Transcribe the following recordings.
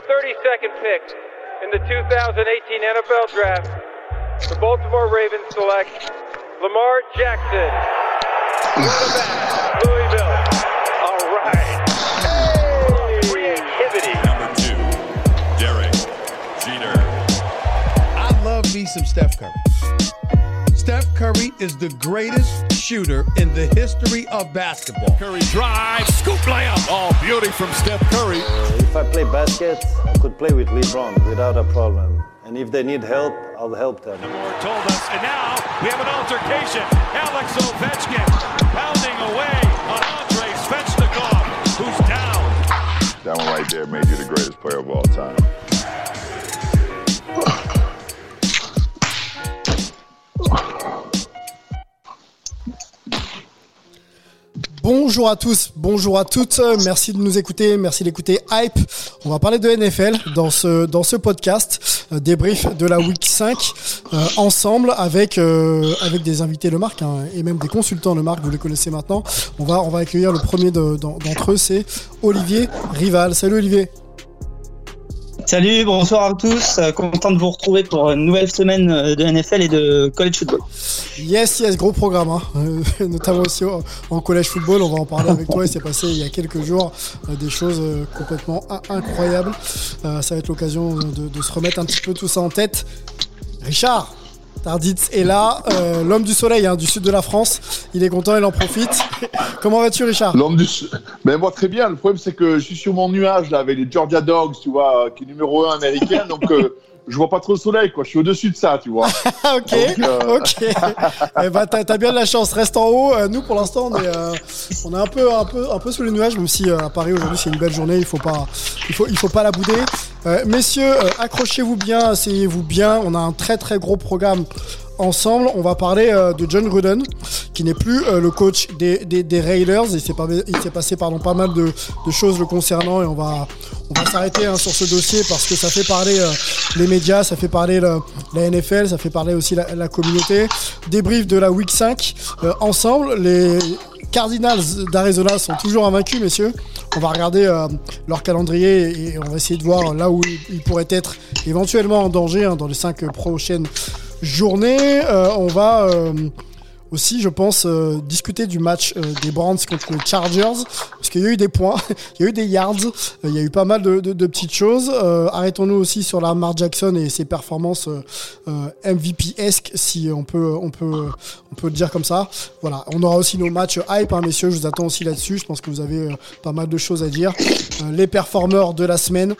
32nd pick in the 2018 NFL Draft, the Baltimore Ravens select Lamar Jackson, quarterback, Louisville. All right. Hey! Creativity. Number 2, Derek Jeter. I love me some Steph Curry. Steph Curry is the greatest shooter in the history of basketball. Curry drive, scoop layup. Oh, beauty from Steph Curry. If I play basket, I could play with LeBron without a problem. And if they need help, I'll help them. Moore told us, and now we have an altercation. Alex Ovechkin pounding away on Andrei Svechnikov, who's down. That one right there made you the greatest player of all time. Bonjour à tous, bonjour à toutes, merci de nous écouter, merci d'écouter Hype. On va parler de NFL dans ce podcast, débrief de la Week 5, ensemble avec des invités de marque et même des consultants de marque, vous les connaissez maintenant. On va accueillir le premier d'entre eux, c'est Olivier Rival. Salut Olivier. Salut, bonsoir à tous, content de vous retrouver pour une nouvelle semaine de NFL et de college football. Yes, gros programme, notamment aussi en college football, on va en parler avec toi, il s'est passé il y a quelques jours des choses complètement incroyables, ça va être l'occasion de se remettre un petit peu tout ça en tête. Richard Tarditz est là, l'homme du soleil du sud de la France, il est content, il en profite. Comment vas-tu Richard ? Ben moi très bien, le problème c'est que je suis sur mon nuage là avec les Georgia Dogs, tu vois, qui est numéro 1 américain, donc je vois pas trop le soleil quoi, je suis au-dessus de ça, tu vois. Ok. Eh ben t'as bien de la chance, reste en haut. Nous pour l'instant on est un peu sous les nuages, même si à Paris aujourd'hui c'est une belle journée, il faut pas la bouder. Messieurs, accrochez-vous bien, asseyez-vous bien, on a un très très gros programme ensemble. On va parler de Jon Gruden, qui n'est plus le coach des Raiders. Il s'est passé pas mal de choses le concernant et on va s'arrêter sur ce dossier parce que ça fait parler les médias, ça fait parler la NFL, ça fait parler aussi la communauté. Débrief de la Week 5 ensemble. Les Cardinals d'Arizona sont toujours invaincus, messieurs. On va regarder leur calendrier et on va essayer de voir là où ils pourraient être éventuellement en danger dans les 5 prochaines journées. On va aussi, je pense, discuter du match des Browns contre les Chargers, parce qu'il y a eu des points, il y a eu des yards, il y a eu pas mal de petites choses. Arrêtons-nous aussi sur Lamar Jackson et ses performances MVP-esque, si on peut le dire comme ça. Voilà, on aura aussi nos matchs hype, messieurs, je vous attends aussi là-dessus. Je pense que vous avez pas mal de choses à dire. Les performeurs de la semaine.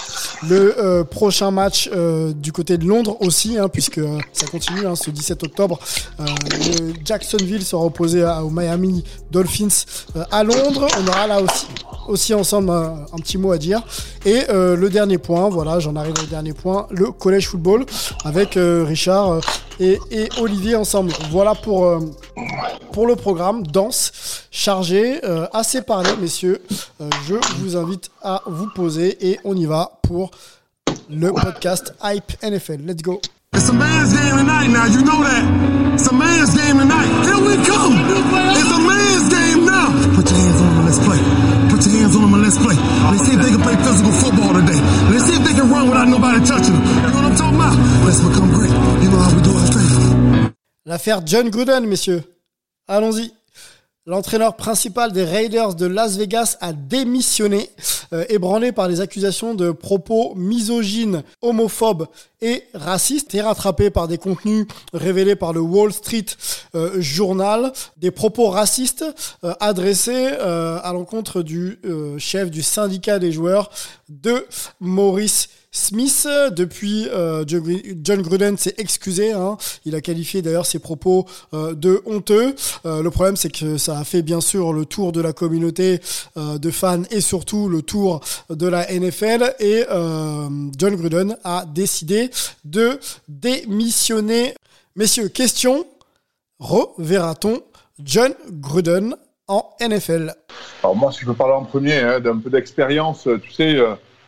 Le prochain match du côté de Londres aussi, puisque ça continue ce 17 octobre. Le Jacksonville sera opposé au Miami Dolphins à Londres. On aura là aussi ensemble un petit mot à dire. Et le dernier point, voilà, j'en arrive au dernier point, le college football avec Richard et Olivier ensemble. Voilà pour le programme dense, chargé, assez parlé, messieurs. Je vous invite à vous poser et on y va pour le podcast Hype NFL. Let's go. It's a man's game tonight now, you know that. It's a man's game tonight. Here we come. It's a man's game now. Put your hands on them and let's play. Put your hands on them and let's play. Let's see if they can play physical football today. Let's see if they can run without nobody touching them. You know what I'm talking about? Let's become great. You know how we do our thing. L'affaire Jon Gruden, messieurs. Allons-y. L'entraîneur principal des Raiders de Las Vegas a démissionné, ébranlé par les accusations de propos misogynes, homophobes et racistes, et rattrapé par des contenus révélés par le Wall Street Journal, des propos racistes adressés à l'encontre du chef du syndicat des joueurs de Maurice Smith. Depuis, Jon Gruden s'est excusé. Il a qualifié d'ailleurs ses propos de honteux. Le problème, c'est que ça a fait bien sûr le tour de la communauté de fans et surtout le tour de la NFL. Et Jon Gruden a décidé de démissionner. Messieurs, question. Reverra-t-on Jon Gruden en NFL? Alors moi, si je peux parler en premier d'un peu d'expérience, tu sais...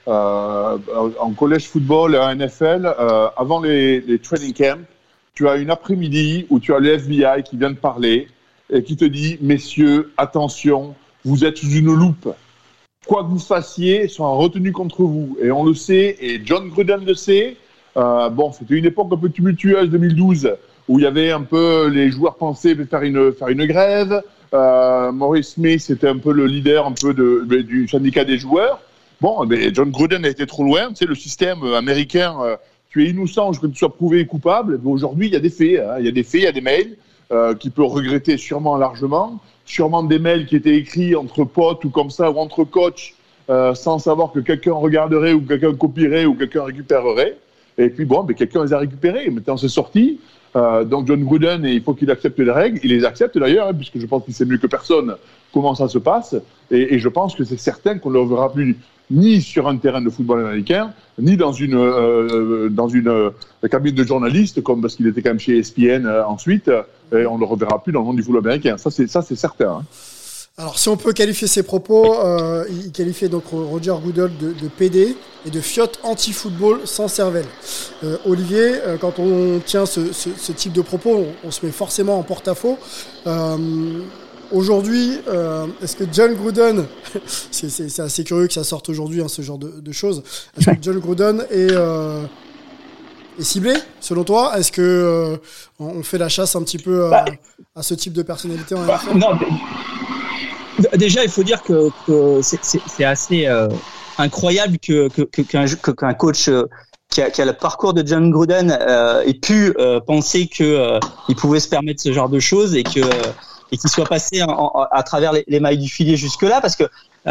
en college football et en NFL, avant les training camps, tu as une après-midi où tu as le FBI qui vient de parler et qui te dit « Messieurs, attention, vous êtes sous une loupe ». quoi que vous fassiez, sera retenu contre vous. Et on le sait, et John Gruden le sait. C'était une époque un peu tumultueuse, 2012, où il y avait un peu, les joueurs pensaient faire une grève. Maurice Smith était un peu le leader un peu du syndicat des joueurs. John Gruden a été trop loin. Tu sais, le système américain, tu es innocent jusqu'à ce que tu sois prouvé coupable. Mais aujourd'hui, il y a des faits. Il y a des faits, il y a des mails qu'il peut regretter sûrement largement. Sûrement des mails qui étaient écrits entre potes ou comme ça, ou entre coachs, sans savoir que quelqu'un regarderait ou quelqu'un copierait ou quelqu'un récupérerait. Et puis quelqu'un les a récupérés. Maintenant, c'est sorti. Donc John Gruden, il faut qu'il accepte les règles. Il les accepte d'ailleurs, puisque je pense qu'il sait mieux que personne comment ça se passe. Et je pense que c'est certain qu'on ne le verra plus ni sur un terrain de football américain, ni dans une cabine de journaliste, parce qu'il était quand même chez ESPN ensuite. Et on ne le reverra plus dans le monde du football américain. Ça, c'est certain. Hein. Alors, si on peut qualifier ses propos, il qualifiait donc Roger Goodell de PD et de fiotte anti-football sans cervelle. Olivier, quand on tient ce type de propos, on se met forcément en porte-à-faux. Aujourd'hui, est-ce que John Gruden, c'est assez curieux que ça sorte aujourd'hui, ce genre de choses, est-ce que John Gruden est ciblé, selon toi? Est-ce que on fait la chasse un petit peu à ce type de personnalité en NFL? Non, déjà, il faut dire que c'est assez incroyable qu'un coach qui a le parcours de John Gruden ait pu penser qu'il pouvait se permettre ce genre de choses et qu'il soit passé à travers les mailles du filet jusque-là, parce que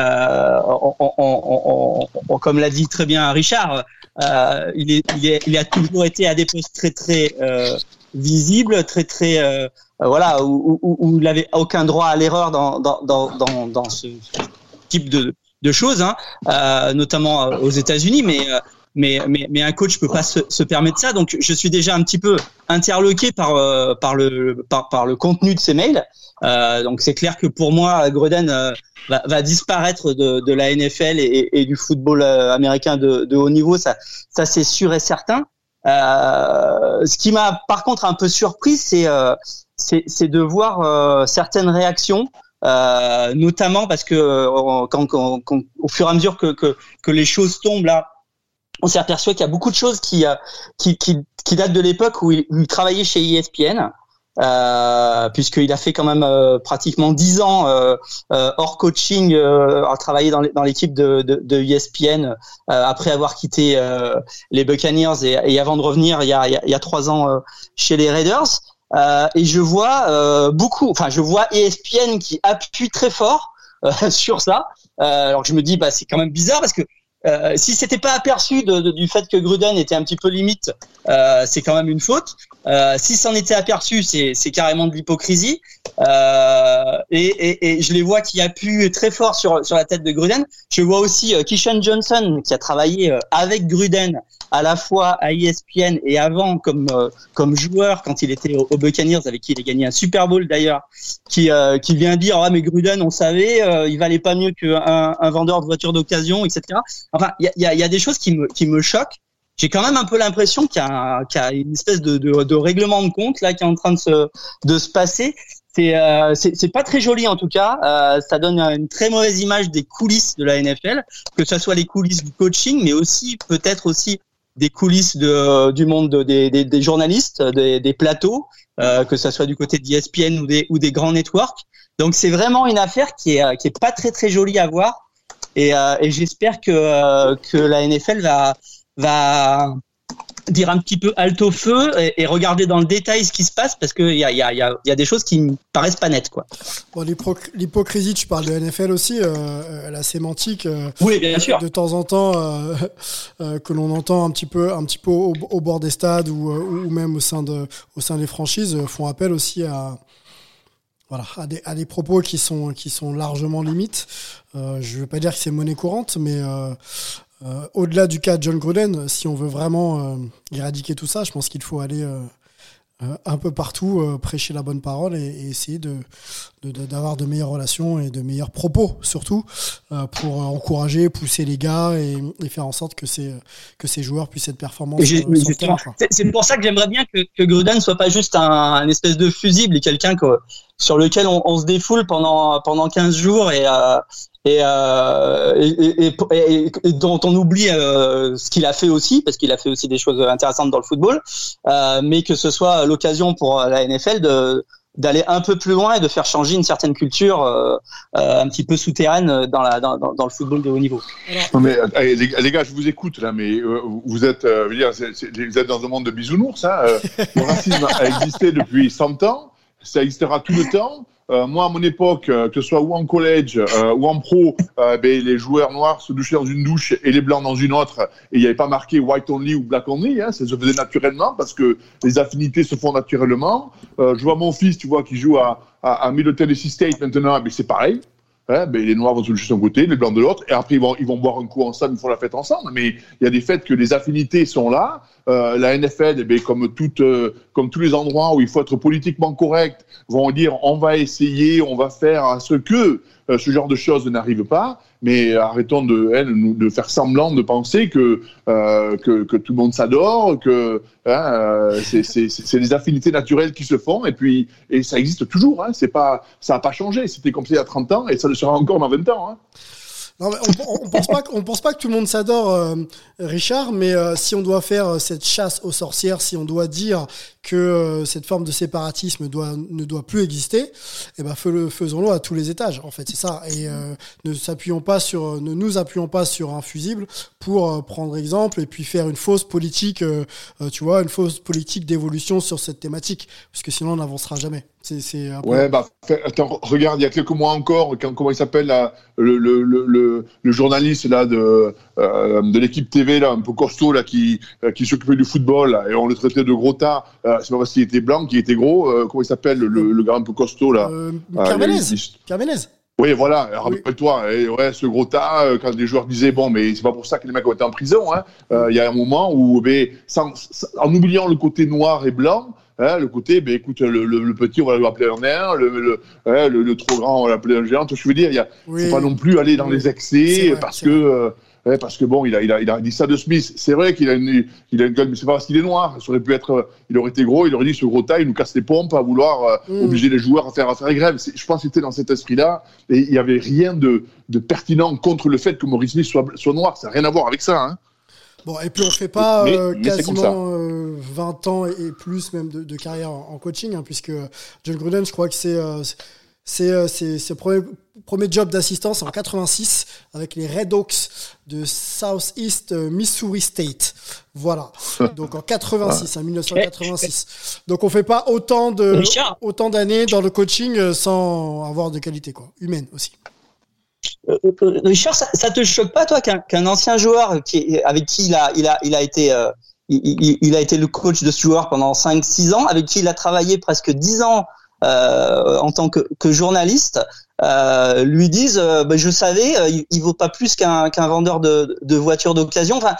comme l'a dit très bien Richard, il a toujours été à des postes très très visibles, très très où il n'avait aucun droit à l'erreur dans ce type de choses, notamment aux États-Unis, mais un coach peut pas se permettre ça. Donc je suis déjà un petit peu interloqué par le contenu de ces mails. Donc c'est clair que pour moi, Gruden va disparaître de la NFL et du football américain de haut niveau. Ça c'est sûr et certain. Ce qui m'a par contre un peu surpris, c'est de voir certaines réactions, notamment parce que quand au fur et à mesure que les choses tombent là, on s'est aperçu qu'il y a beaucoup de choses qui datent de l'époque où il travaillait chez ESPN, puisqu'il a fait quand même pratiquement 10 ans hors coaching, à travailler dans l'équipe de ESPN après avoir quitté les Buccaneers et avant de revenir il y a 3 ans chez les Raiders. Et je vois je vois ESPN qui appuie très fort sur ça. Alors que je me dis c'est quand même bizarre, parce que si c'était pas aperçu du fait que Gruden était un petit peu limite, c'est quand même une faute. Si c'en était aperçu, c'est carrément de l'hypocrisie. Et je les vois qui appuient très fort sur la tête de Gruden. Je vois aussi Keyshawn Johnson, qui a travaillé avec Gruden à la fois à ESPN et avant comme joueur quand il était aux Buccaneers, avec qui il a gagné un Super Bowl d'ailleurs, qui vient dire mais Gruden, on savait, il valait pas mieux qu'un vendeur de voitures d'occasion, etc. Enfin, il y a des choses qui me choquent. J'ai quand même un peu l'impression qu'il y a une espèce de règlement de compte là qui est en train de se passer. C'est pas très joli en tout cas. Ça donne une très mauvaise image des coulisses de la NFL, que ce soit les coulisses du coaching, mais aussi peut-être aussi des coulisses du monde des journalistes, des plateaux, que ce soit du côté d'ESPN ou des grands networks. Donc c'est vraiment une affaire qui est pas très très jolie à voir. Et j'espère que la NFL va dire un petit peu halte au feu et regarder dans le détail ce qui se passe, parce qu'il y a des choses qui me paraissent pas nettes, quoi. Bon, l'hypocrisie, tu parles de NFL aussi, la sémantique. Oui, bien sûr. De temps en temps, que l'on entend un petit peu au bord des stades ou même au sein des franchises, font appel aussi à des propos qui sont largement limites. Je veux pas dire que c'est monnaie courante, mais au-delà du cas de John Gruden, si on veut vraiment éradiquer tout ça, je pense qu'il faut aller un peu partout, prêcher la bonne parole et essayer de d'avoir de meilleures relations et de meilleurs propos, surtout, pour encourager, pousser les gars et faire en sorte que ces joueurs puissent être performants sur le terrain. C'est pour ça que j'aimerais bien que Gruden soit pas juste un espèce de fusible et quelqu'un sur lequel on se défoule pendant 15 jours et dont on oublie ce qu'il a fait aussi, parce qu'il a fait aussi des choses intéressantes dans le football, mais que ce soit l'occasion pour la NFL d'aller un peu plus loin et de faire changer une certaine culture un petit peu souterraine dans le football de haut niveau. Non mais les gars, je vous écoute là, mais vous êtes, vous êtes dans un monde de bisounours. Le racisme a existé depuis 100 ans, ça existera tout le temps. Moi, à mon époque, que ce soit ou en collège ou en pro, les joueurs noirs se douchaient dans une douche et les blancs dans une autre, et il n'y avait pas marqué white only ou black only, ça se faisait naturellement parce que les affinités se font naturellement. Je vois mon fils, tu vois, qui joue à Middle Tennessee State maintenant, mais c'est pareil. Les noirs vont se doucher d'un côté, les blancs de l'autre, et après ils vont boire un coup ensemble, ils font la fête ensemble. Mais il y a des fêtes que les affinités sont là. La NFL, comme tous les endroits où il faut être politiquement correct, vont dire on va essayer, on va faire à ce que ce genre de choses n'arrive pas. Mais arrêtons de faire semblant de penser que tout le monde s'adore, que c'est des affinités naturelles qui se font, et ça existe toujours. Ça n'a pas changé. C'était comme ça il y a 30 ans et ça le sera encore dans 20 ans. Non, mais on pense pas que tout le monde s'adore, Richard, mais si on doit faire cette chasse aux sorcières, si on doit dire que cette forme de séparatisme ne doit plus exister, faisons-le à tous les étages. En fait, c'est ça. Et ne nous appuyons pas sur un fusible pour prendre exemple et puis faire une fausse politique, une fausse politique d'évolution sur cette thématique, parce que sinon on n'avancera jamais. C'est un peu... Attends, regarde, il y a quelques mois encore, comment il s'appelle là, le journaliste là de l'équipe TV là, un peu costaud là, qui s'occupait du football là, et on le traitait de gros tas. C'est pas parce qu'il était blanc qu'il était gros. Comment il s'appelle le gars un peu costaud là, Carmenez. Oui, voilà, rappelle-toi, ce gros tas, quand les joueurs disaient, bon, mais c'est pas pour ça que les mecs ont été en prison, il y a un moment où, en oubliant le côté noir et blanc, le côté, écoute, le petit, on va l'appeler un nain, le trop grand, on va l'appeler un géant. Je veux dire, faut pas non plus aller dans les excès, parce que bon, il a dit ça de Smith. C'est vrai qu'il a une gueule, mais c'est pas parce qu'il est noir. Ça aurait pu être, il aurait été gros, il aurait dit ce gros tas, il nous casse les pompes à vouloir obliger les joueurs à faire grève. Je pense que c'était dans cet esprit-là, et il y avait rien de pertinent contre le fait que Maurice Smith soit noir. Ça n'a rien à voir avec ça. Bon, et puis on fait pas quasiment 20 ans et plus même de carrière en coaching, puisque John Gruden, je crois que c'est premier job d'assistant, c'est en 86 avec les Red Hawks de Southeast Missouri State. Voilà. Donc en 1986. Donc on fait pas autant d'années dans le coaching sans avoir de qualité humaine aussi. Richard, ça te choque pas toi qu'un ancien joueur avec qui il a été le coach de ce joueur pendant 5-6 ans, avec qui il a travaillé presque 10 ans en tant que journaliste, lui disent je savais, il vaut pas plus qu'un vendeur de voitures d'occasion. Enfin,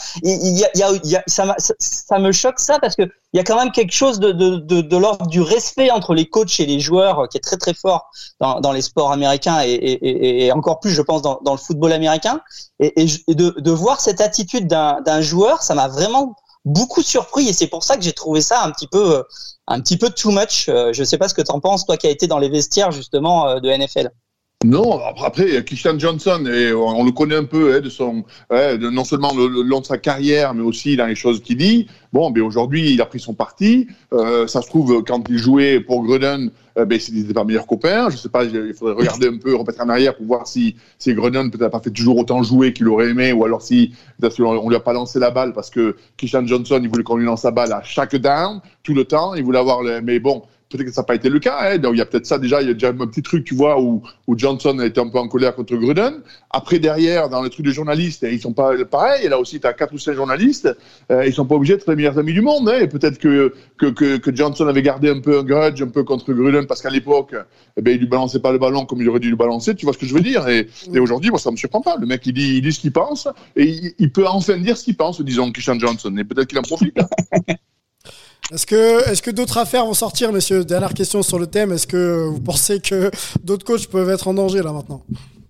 ça me choque ça, parce que il y a quand même quelque chose de l'ordre du respect entre les coachs et les joueurs qui est très très fort dans les sports américains et encore plus, je pense, dans le football américain, et de voir cette attitude d'un joueur, ça m'a vraiment beaucoup surpris, et c'est pour ça que j'ai trouvé ça un petit peu too much. Je sais pas ce que t'en penses, toi qui as été dans les vestiaires justement de NFL. Non, après Christian Johnson, et on le connaît un peu non seulement le long de sa carrière, mais aussi dans les choses qu'il dit. Bon, aujourd'hui, il a pris son parti. Ça se trouve, quand il jouait pour Gruden, ils n'étaient pas meilleurs copains. Je sais pas, il faudrait regarder un peu, remettre en arrière pour voir si Gruden peut-être pas fait toujours autant jouer qu'il aurait aimé, ou alors si peut-être on lui a pas lancé la balle parce que Christian Johnson, il voulait qu'on lui lance la balle à chaque down, tout le temps. Il voulait avoir mais bon. Peut-être que ça n'a pas été le cas. Donc il y a peut-être ça déjà. Il y a déjà un petit truc, tu vois, où Johnson a été un peu en colère contre Gruden. Après, derrière, dans le truc de journalistes, ils sont pas pareils. Et là aussi, tu as 4 ou 5 journalistes. Ils sont pas obligés d'être les meilleurs amis du monde. Et peut-être que Johnson avait gardé un peu un grudge un peu contre Gruden, parce qu'à l'époque, il lui balançait pas le ballon comme il aurait dû le balancer. Tu vois ce que je veux dire? Et aujourd'hui, moi, ça me surprend pas. Le mec, il dit ce qu'il pense, et il peut enfin dire ce qu'il pense, disons, Christian Johnson. Et peut-être qu'il en profite. Est-ce que d'autres affaires vont sortir, messieurs? Dernière question sur le thème. Est-ce que vous pensez que d'autres coachs peuvent être en danger là maintenant?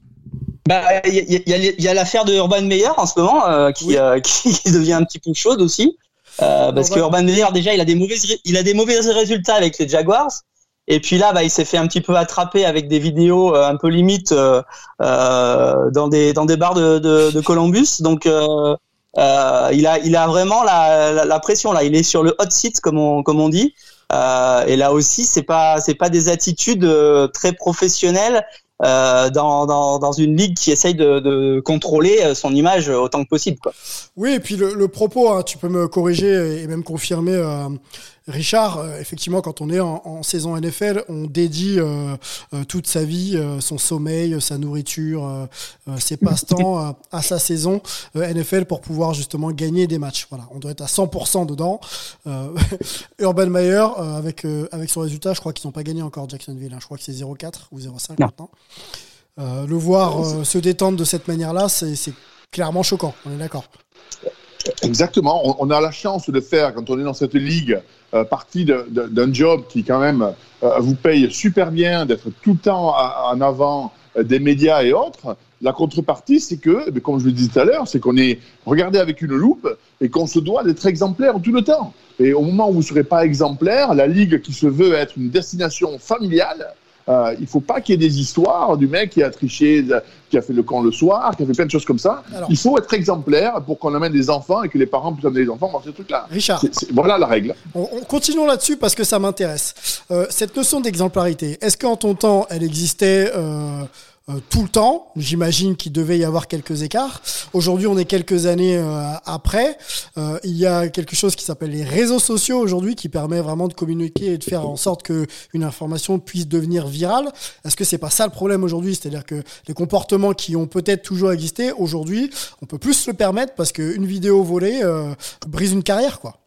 Il y a l'affaire de Urban Meyer en ce moment qui devient un petit peu chaude aussi. Parce que Urban Meyer, déjà, il a des mauvais résultats avec les Jaguars. Et puis là, il s'est fait un petit peu attraper avec des vidéos un peu limites dans des bars de Columbus. Donc il a vraiment la pression là. Il est sur le hot seat comme on dit. Et là aussi, c'est pas des attitudes très professionnelles dans une ligue qui essaye de contrôler son image autant que possible, quoi. Oui, et puis le propos, hein, tu peux me corriger et même confirmer, Richard, effectivement, quand on est en saison NFL, on dédie toute sa vie, son sommeil, sa nourriture, ses passe-temps à sa saison NFL pour pouvoir justement gagner des matchs. Voilà, on doit être à 100% dedans. Urban Meyer, avec son résultat, je crois qu'ils n'ont pas gagné encore Jacksonville. Hein. Je crois que c'est 0-4 ou 0-5 maintenant. Le voir se détendre de cette manière-là, c'est clairement choquant. On est d'accord. Exactement. On a la chance de faire, quand on est dans cette ligue, partie d'un job qui quand même vous paye super bien, d'être tout le temps en avant des médias et autres. La contrepartie, c'est que, comme je le disais tout à l'heure, c'est qu'on est regardé avec une loupe et qu'on se doit d'être exemplaire tout le temps. Et au moment où vous ne serez pas exemplaire, la ligue qui se veut être une destination familiale, il ne faut pas qu'il y ait des histoires du mec qui a triché, qui a fait le camp le soir, qui a fait plein de choses comme ça. Alors, il faut être exemplaire pour qu'on amène des enfants et que les parents puissent amener les enfants voir ces trucs-là. Richard, voilà la règle. On continue là-dessus parce que ça m'intéresse. Cette notion d'exemplarité, est-ce qu'en ton temps, elle existait tout le temps? J'imagine qu'il devait y avoir quelques écarts. Aujourd'hui, on est quelques années après. Il y a quelque chose qui s'appelle les réseaux sociaux aujourd'hui qui permet vraiment de communiquer et de faire en sorte que une information puisse devenir virale. Est-ce que c'est pas ça le problème aujourd'hui? C'est-à-dire que les comportements qui ont peut-être toujours existé, aujourd'hui, on peut plus se le permettre parce qu'une vidéo volée brise une carrière, quoi.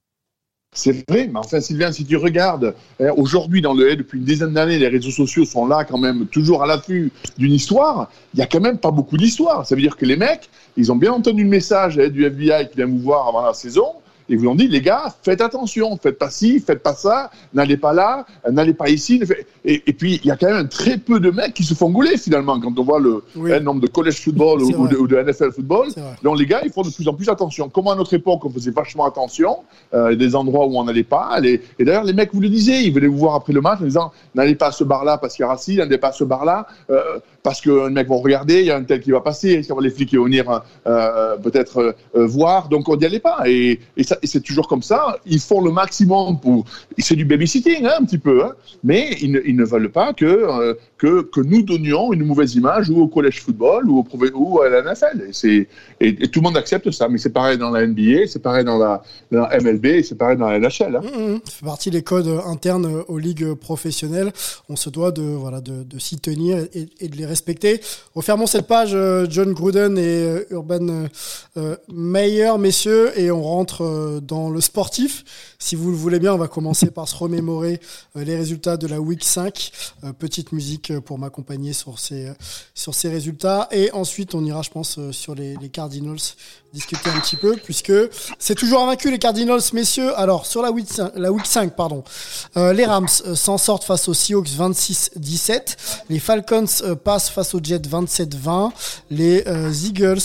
C'est vrai, mais enfin Sylvain, si tu regardes, aujourd'hui depuis une dizaine d'années, les réseaux sociaux sont là quand même, toujours à l'affût d'une histoire. Il n'y a quand même pas beaucoup d'histoires. Ça veut dire que les mecs, ils ont bien entendu le message du FBI qui vient vous voir avant la saison. Et vous ont dit, les gars, faites attention, faites pas ci, faites pas ça, n'allez pas là, n'allez pas ici. Et puis, il y a quand même très peu de mecs qui se font gauler finalement quand on voit le nombre de college football ou de NFL football. Donc les gars, ils font de plus en plus attention. Comme à notre époque, on faisait vachement attention, des endroits où on n'allait pas. Et d'ailleurs, les mecs vous le disaient, ils venaient vous voir après le match en disant, n'allez pas à ce bar-là parce qu'il y a racine, n'allez pas à ce bar-là parce que les mecs vont regarder, il y a un tel qui va passer, il y a les flics qui vont venir peut-être voir, donc on n'y allait pas. Et c'est toujours comme ça. Ils font le maximum pour. C'est du babysitting, un petit peu, mais ils ne veulent pas que nous donnions une mauvaise image ou au college football ou à la NFL. Et tout le monde accepte ça. Mais c'est pareil dans la NBA, c'est pareil dans la MLB, et c'est pareil dans la NHL. Ça fait partie des codes internes aux ligues professionnelles. On se doit de s'y tenir et de les respecter. Refermons cette page, John Gruden et Urban Meyer, messieurs, et on rentre dans le sportif. Si vous le voulez bien, on va commencer par se remémorer les résultats de la Week 5. Petite musique pour m'accompagner sur ces résultats. Et ensuite, on ira, je pense, sur les Cardinals, discuter un petit peu, puisque c'est toujours invaincu les Cardinals, messieurs. Alors, sur la Week 5, les Rams s'en sortent face aux Seahawks 26-17. Les Falcons passent face aux Jets 27-20. Les Eagles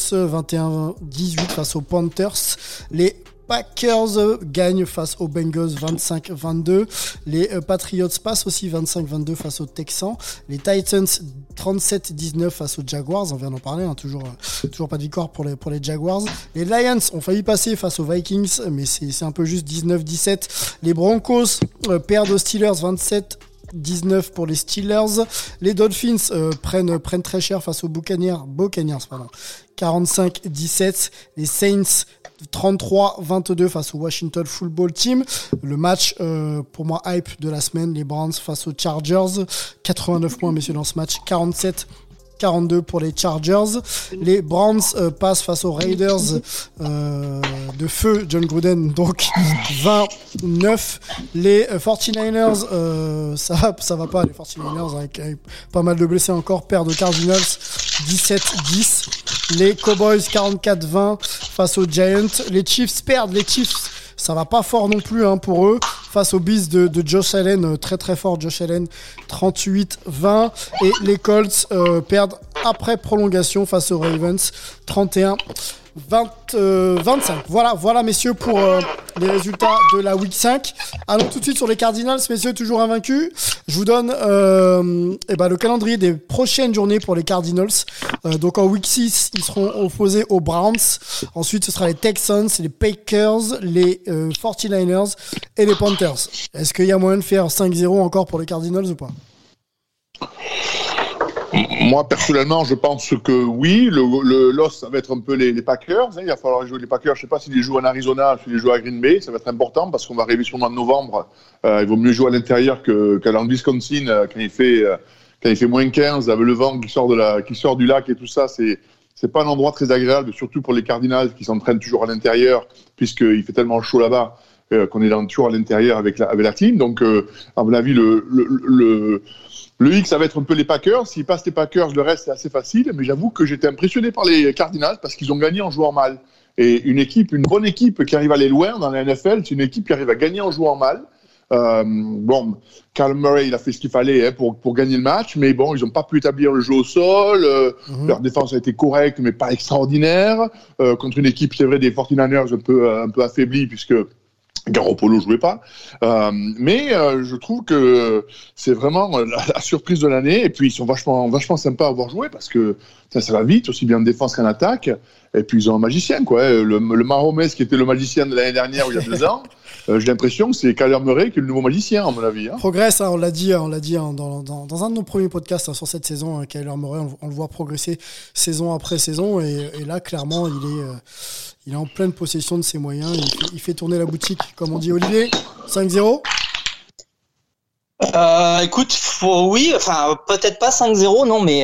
21-18 face aux Panthers. Les Packers gagnent face aux Bengals 25-22. Les Patriots passent aussi 25-22 face aux Texans. Les Titans 37-19 face aux Jaguars. On vient d'en parler, toujours pas de victoire pour les Jaguars. Les Lions ont failli passer face aux Vikings, mais c'est un peu juste 19-17. Les Broncos perdent aux Steelers 27-19 pour les Steelers. Les Dolphins prennent très cher face aux Buccaneers, 45-17. Les Saints 33-22 face au Washington Football Team. Le match, pour moi, hype de la semaine. Les Browns face aux Chargers. 89 points, messieurs, dans ce match. 47-42 pour les Chargers. Les Browns passent face aux Raiders de feu John Gruden, donc 29. Les 49ers, ça va pas, les 49ers avec pas mal de blessés encore, perdent aux Cardinals 17-10. Les Cowboys 44-20 face aux Giants. Les Chiefs perdent, les Chiefs ça va pas fort non plus pour eux face aux Bills de Josh Allen, très très fort Josh Allen, 38-20, et les Colts perdent après prolongation face aux Ravens, 31-25. Voilà messieurs pour les résultats de la Week 5. Allons tout de suite sur les Cardinals, messieurs, toujours invaincus. Je vous donne le calendrier des prochaines journées pour les Cardinals. Donc en Week 6, ils seront opposés aux Browns. Ensuite, ce sera les Texans, les Packers, les 49ers et les Panthers. Est-ce qu'il y a moyen de faire 5-0 encore pour les Cardinals ou pas ? Moi, personnellement, je pense que oui. Le loss, ça va être un peu les Packers. Il va falloir jouer les Packers. Je ne sais pas s'ils les jouent en Arizona, s'ils les jouent à Green Bay. Ça va être important parce qu'on va arriver sûrement en novembre. Il vaut mieux jouer à l'intérieur qu'à Wisconsin quand il fait moins 15, avec le vent qui sort du lac et tout ça. C'est pas un endroit très agréable, surtout pour les Cardinals qui s'entraînent toujours à l'intérieur, puisqu'il fait tellement chaud là-bas qu'on est toujours à l'intérieur avec la clim. Donc, à mon avis, le X, ça va être un peu les Packers. S'ils passent les Packers, le reste, c'est assez facile. Mais j'avoue que j'étais impressionné par les Cardinals parce qu'ils ont gagné en jouant mal. Et une bonne équipe qui arrive à aller loin dans la NFL, c'est une équipe qui arrive à gagner en jouant mal. Kyler Murray, il a fait ce qu'il fallait pour gagner le match. Mais bon, ils n'ont pas pu établir le jeu au sol. Leur défense a été correcte, mais pas extraordinaire. Contre une équipe, c'est vrai, des 49ers un peu affaiblie, puisque Garoppolo jouait pas, mais je trouve que c'est vraiment la surprise de l'année. Et puis ils sont vachement sympas à avoir joué parce que ça va vite, aussi bien en défense qu'en attaque. Et puis ils ont un magicien, quoi. Le Mahomes qui était le magicien de l'année dernière ou il y a 2 ans, j'ai l'impression que c'est Kyler Murray qui est le nouveau magicien, à mon avis. Progresse, on l'a dit dans un de nos premiers podcasts sur cette saison. Kyler Murray, on le voit progresser saison après saison, et là clairement il est en pleine possession de ses moyens. Il fait tourner la boutique, comme on dit. Olivier, 5-0 ? Écoute, oui, enfin peut-être pas 5-0, non, mais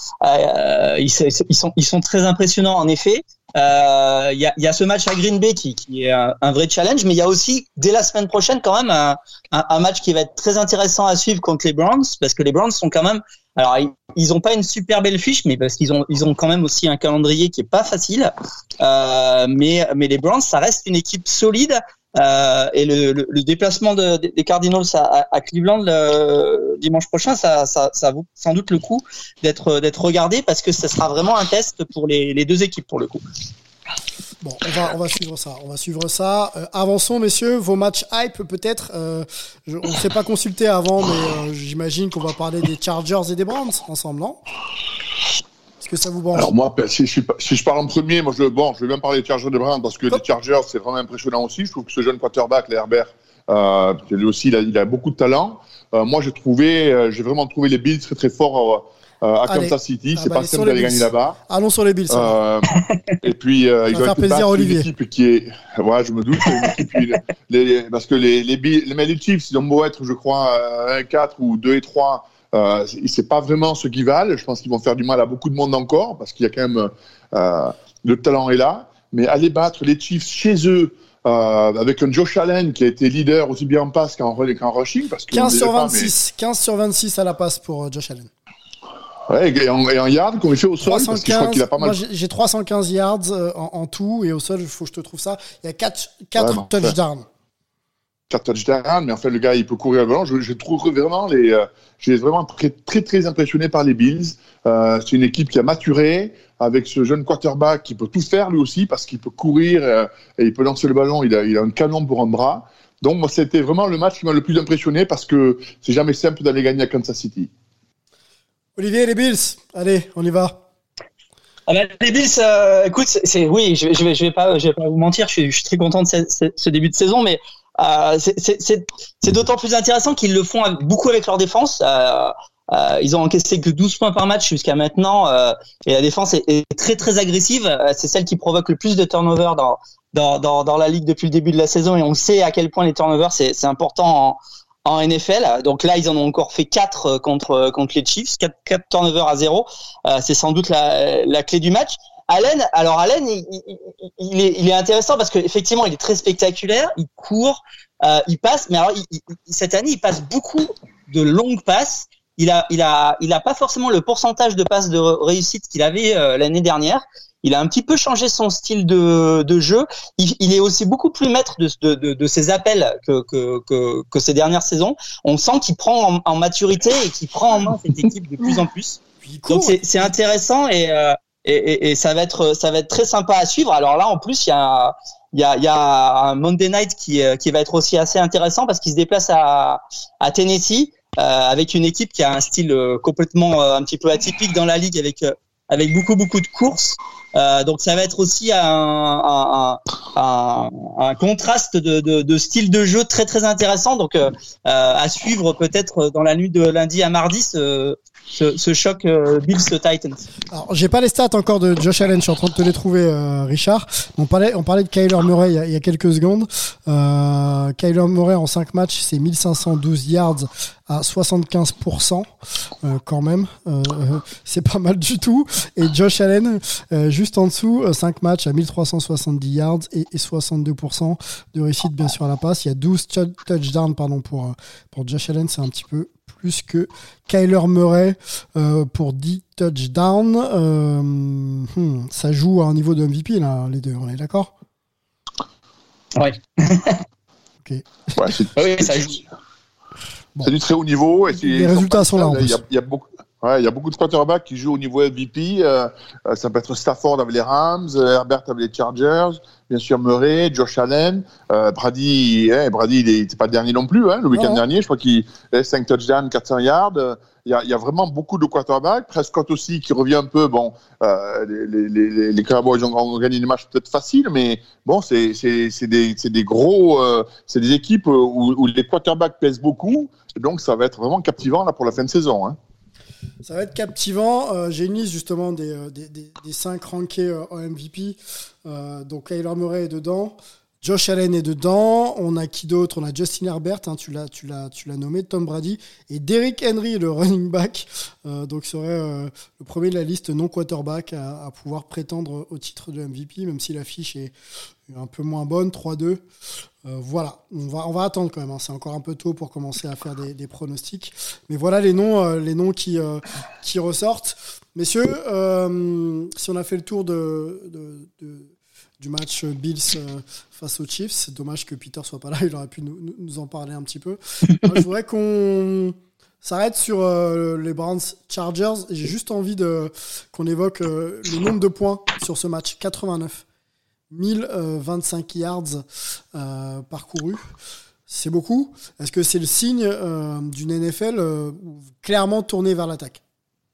ils sont très impressionnants en effet. Il y a ce match à Green Bay qui est un vrai challenge, mais il y a aussi dès la semaine prochaine quand même un match qui va être très intéressant à suivre contre les Browns, parce que les Browns sont quand même, alors ils ont pas une super belle fiche, mais parce qu'ils ont quand même aussi un calendrier qui est pas facile. Mais les Browns, ça reste une équipe solide. Et le déplacement des Cardinals à Cleveland dimanche prochain, ça vaut sans doute le coup d'être regardé, parce que ça sera vraiment un test pour les deux équipes pour le coup. Bon, on va suivre ça. Avançons, messieurs, vos matchs hype peut-être. On ne s'est pas consulté avant, mais j'imagine qu'on va parler des Chargers et des Browns ensemble, non ? Est-ce que ça vous branche ? Alors moi, si je parle en premier, je vais bien parler des Chargers de Browns, parce que les Chargers, c'est vraiment impressionnant aussi. Je trouve que ce jeune quarterback, Herbert, lui aussi, il a beaucoup de talent. Moi, j'ai vraiment trouvé les Bills très très forts à Kansas City. C'est pas simple d'aller gagner là-bas. Allons sur les Bills. Et puis, ils ont faire plaisir à Olivier. Une équipe qui est, ouais, je me doute, parce que les Bills, mais les Chiefs, ils ont beau être, je crois, 1-4 ou 2-3. C'est pas vraiment ce qu'ils valent. Je pense qu'ils vont faire du mal à beaucoup de monde encore, parce qu'il y a quand même le talent est là. Mais aller battre les Chiefs chez eux, avec un Josh Allen qui a été leader aussi bien en passe qu'en rushing, parce que 15 sur 26 à la passe pour Josh Allen. Ouais, et en yards qu'on fait au sol, 315, parce que je crois qu'il a pas mal. Moi, j'ai 315 yards en tout, et au sol, il faut que je te trouve ça. Il y a 4 touchdowns. 4 touchdowns, mais en fait, le gars, il peut courir le ballon. Je trouve vraiment j'ai vraiment très, très, très impressionné par les Bills. C'est une équipe qui a maturé, avec ce jeune quarterback qui peut tout faire lui aussi, parce qu'il peut courir et il peut lancer le ballon. Il a un canon pour un bras. Donc, moi, c'était vraiment le match qui m'a le plus impressionné, parce que c'est jamais simple d'aller gagner à Kansas City. Olivier, les Bills, allez, on y va. Les Bills, écoute, oui, je vais pas vous mentir, je suis très content de ce début de saison, mais c'est d'autant plus intéressant qu'ils le font beaucoup avec leur défense. Ils ont encaissé que 12 points par match jusqu'à maintenant, et la défense est très très agressive. C'est celle qui provoque le plus de turnovers dans la ligue depuis le début de la saison, et on sait à quel point les turnovers c'est important en NFL. Donc là, ils en ont encore fait 4 contre les Chiefs, 4 turnovers à 0. C'est sans doute la clé du match. Allen, il est intéressant parce que effectivement, il est très spectaculaire, il court, il passe, mais alors cette année, il passe beaucoup de longues passes. Il a pas forcément le pourcentage de passes de réussite qu'il avait l'année dernière. il a un petit peu changé son style de jeu. Il est aussi beaucoup plus maître de ses appels que ces dernières saisons. On sent qu'il prend en maturité et qu'il prend en main cette équipe de plus en plus. Donc c'est intéressant et ça va être très sympa à suivre. Alors là, en plus, il y a un Monday Night qui va être aussi assez intéressant parce qu'il se déplace à Tennessee avec une équipe qui a un style complètement un petit peu atypique dans la ligue avec beaucoup de courses. Donc ça va être aussi un contraste de style de jeu très très intéressant. Donc à suivre peut-être dans la nuit de lundi à mardi ce choc Bills Titans. Alors j'ai pas les stats encore de Josh Allen, je suis en train de te les trouver, Richard. On parlait de Kyler Murray il y a quelques secondes. Kyler Murray en 5 matchs, c'est 1512 yards à 75%, quand même, c'est pas mal du tout. Et Josh Allen juste en dessous, 5 matchs à 1370 yards et 62% de réussite bien sûr à la passe. Il y a 12 touchdowns pour Josh Allen, c'est un petit peu plus que Kyler Murray pour 10 touchdowns. Ça joue à un niveau de MVP là, les deux, on est d'accord? Ouais. Ok. Ouais, ça joue. C'est du très haut niveau. Et les résultats sont là en plus. Il y a beaucoup de quarterbacks qui jouent au niveau MVP. Ça peut être Stafford avec les Rams, Herbert avec les Chargers, bien sûr Murray, Josh Allen, Brady. Brady, il n'était pas dernier non plus. Le week-end dernier, je crois qu'il a 5 touchdowns, 400 yards. Il y a vraiment beaucoup de quarterbacks. Prescott aussi qui revient un peu. Bon, les Cowboys ont gagné des matchs peut-être faciles, mais bon, c'est des gros, c'est des équipes où les quarterbacks pèsent beaucoup. Donc ça va être vraiment captivant là pour la fin de saison. Ça va être captivant. J'ai une liste justement des 5 rankés en MVP. Donc Kyler Murray est dedans. Josh Allen est dedans. On a qui d'autre? On a Justin Herbert, tu l'as nommé, Tom Brady et Derrick Henry, le running back. Donc serait le premier de la liste non quarterback à pouvoir prétendre au titre de MVP, même si la fiche est un peu moins bonne, 3-2. Voilà, on va attendre quand même. C'est encore un peu tôt pour commencer à faire des pronostics. Mais voilà les noms qui ressortent. Messieurs, si on a fait le tour du match Bills face aux Chiefs, c'est dommage que Peter soit pas là, il aurait pu nous en parler un petit peu. Moi, je voudrais qu'on s'arrête sur les Browns Chargers. Et j'ai juste envie qu'on évoque le nombre de points sur ce match, 89. 1025 yards parcourus. C'est beaucoup. Est-ce que c'est le signe d'une NFL clairement tournée vers l'attaque?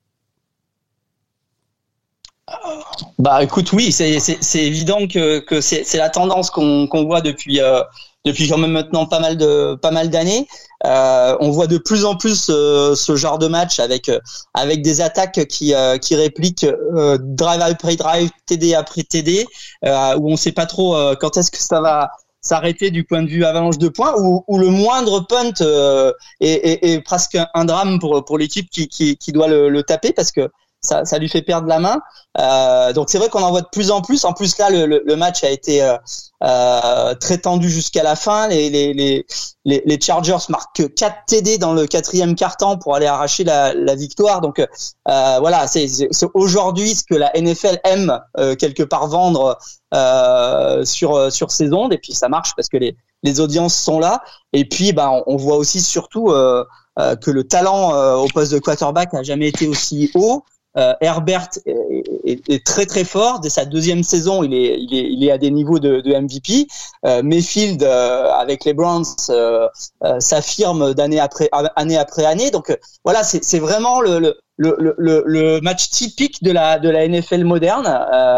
Bah écoute, oui, c'est évident que c'est la tendance qu'on voit depuis quand même maintenant pas mal d'années. On voit de plus en plus ce genre de match avec des attaques qui répliquent drive après drive, TD après TD, où on sait pas trop quand est-ce que ça va s'arrêter du point de vue avalanche de points, où le moindre punt est presque un drame pour l'équipe qui doit le taper parce que ça lui fait perdre la main. Donc c'est vrai qu'on en voit de plus en plus. En plus là, le match a été très tendu jusqu'à la fin. Les Chargers marquent 4 TD dans le 4e quart-temps pour aller arracher la victoire. Donc voilà, c'est aujourd'hui ce que la NFL aime quelque part vendre sur ses ondes. Et puis ça marche parce que les audiences sont là. Et puis on voit aussi surtout que le talent au poste de quarterback a jamais été aussi haut. Herbert est très très fort. Dès sa 2e saison, il est à des niveaux de MVP. Mayfield avec les Browns s'affirme d'année après année. Donc voilà, c'est vraiment le match typique de la NFL moderne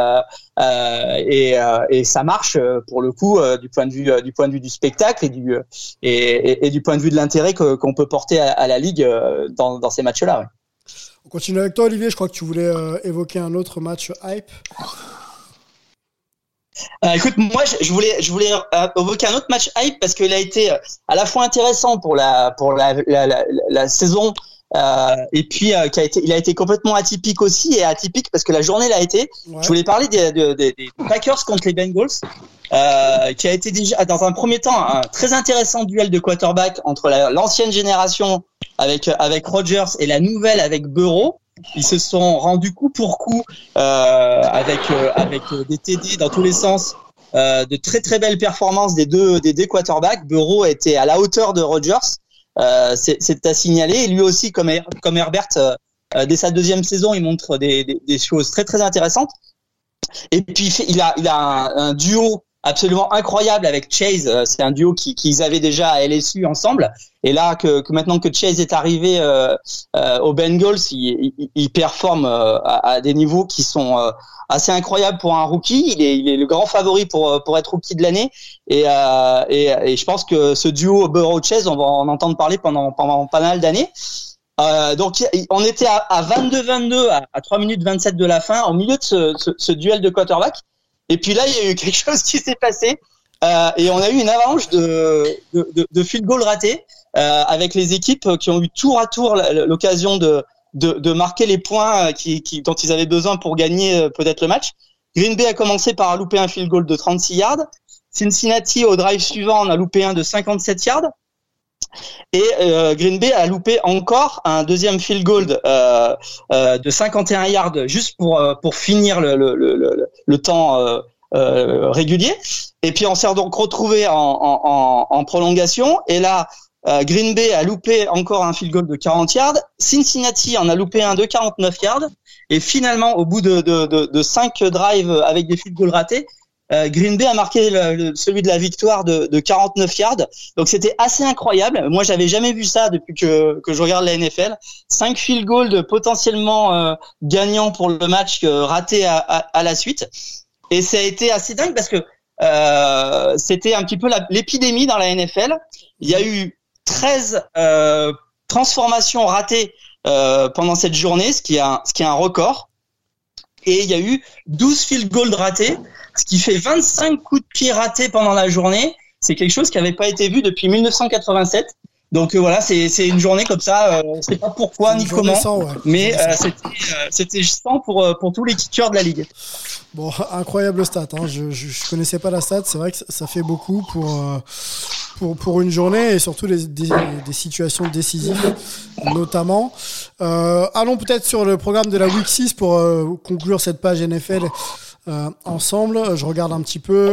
et ça marche pour le coup du point de vue du spectacle et du point de vue de l'intérêt qu'on peut porter à la ligue dans ces matchs-là. Ouais. On continue avec toi, Olivier. Je crois que tu voulais évoquer un autre match hype. Écoute, moi, je voulais évoquer un autre match hype parce qu'il a été à la fois intéressant pour la saison et puis il a été complètement atypique aussi, et atypique parce que la journée l'a été. Ouais. Je voulais parler des Packers contre les Bengals. Qui a été déjà dans un premier temps un très intéressant duel de quarterback entre l'ancienne génération avec Rodgers et la nouvelle avec Burrow. Ils se sont rendus coup pour coup avec des TD dans tous les sens, de très très belles performances des deux quarterbacks. Burrow était à la hauteur de Rodgers, c'est à signaler. Et lui aussi, comme Herbert, dès sa deuxième saison, il montre des choses très très intéressantes. Et puis il a un duo absolument incroyable avec Chase. C'est un duo qu'ils avaient déjà à LSU ensemble. Et là, que maintenant que Chase est arrivé aux Bengals, il performe à des niveaux qui sont assez incroyables pour un rookie. Il est le grand favori pour être rookie de l'année. Et je pense que ce duo Burrow-Chase, on va en entendre parler pendant pas mal d'années. Donc on était à 22-22 à 3 minutes 27 de la fin, au milieu de ce duel de quarterback. Et puis là, il y a eu quelque chose qui s'est passé et on a eu une avalanche de field goal ratés avec les équipes qui ont eu tour à tour l'occasion de marquer les points dont ils avaient besoin pour gagner peut-être le match. Green Bay a commencé par louper un field goal de 36 yards. Cincinnati, au drive suivant, en a loupé un de 57 yards. Et Green Bay a loupé encore un deuxième field goal de 51 yards juste pour finir le temps régulier. Et puis on s'est donc retrouvé en prolongation. Et là, Green Bay a loupé encore un field goal de 40 yards. Cincinnati en a loupé un de 49 yards. Et finalement, au bout de 5 drives avec des field goals ratés, Green Bay a marqué celui de la victoire de 49 yards. Donc c'était assez incroyable. Moi, j'avais jamais vu ça depuis que je regarde la NFL. 5 field goals potentiellement gagnants pour le match ratés à la suite. Et ça a été assez dingue parce que c'était un petit peu l'épidémie dans la NFL. Il y a eu 13 transformations ratées pendant cette journée, ce qui est un record. Et il y a eu 12 field goals ratés, ce qui fait 25 coups de pied ratés pendant la journée. C'est quelque chose qui n'avait pas été vu depuis 1987. Donc voilà, c'est une journée comme ça. On ne sait pas pourquoi ni comment, mais c'était sang pour tous les kickers de la ligue. Bon, incroyable stat. Hein. Je connaissais pas la stat. C'est vrai que ça fait beaucoup pour une journée et surtout des situations décisives, notamment. Allons peut-être sur le programme de la Week 6 pour conclure cette page NFL ensemble. Je regarde un petit peu.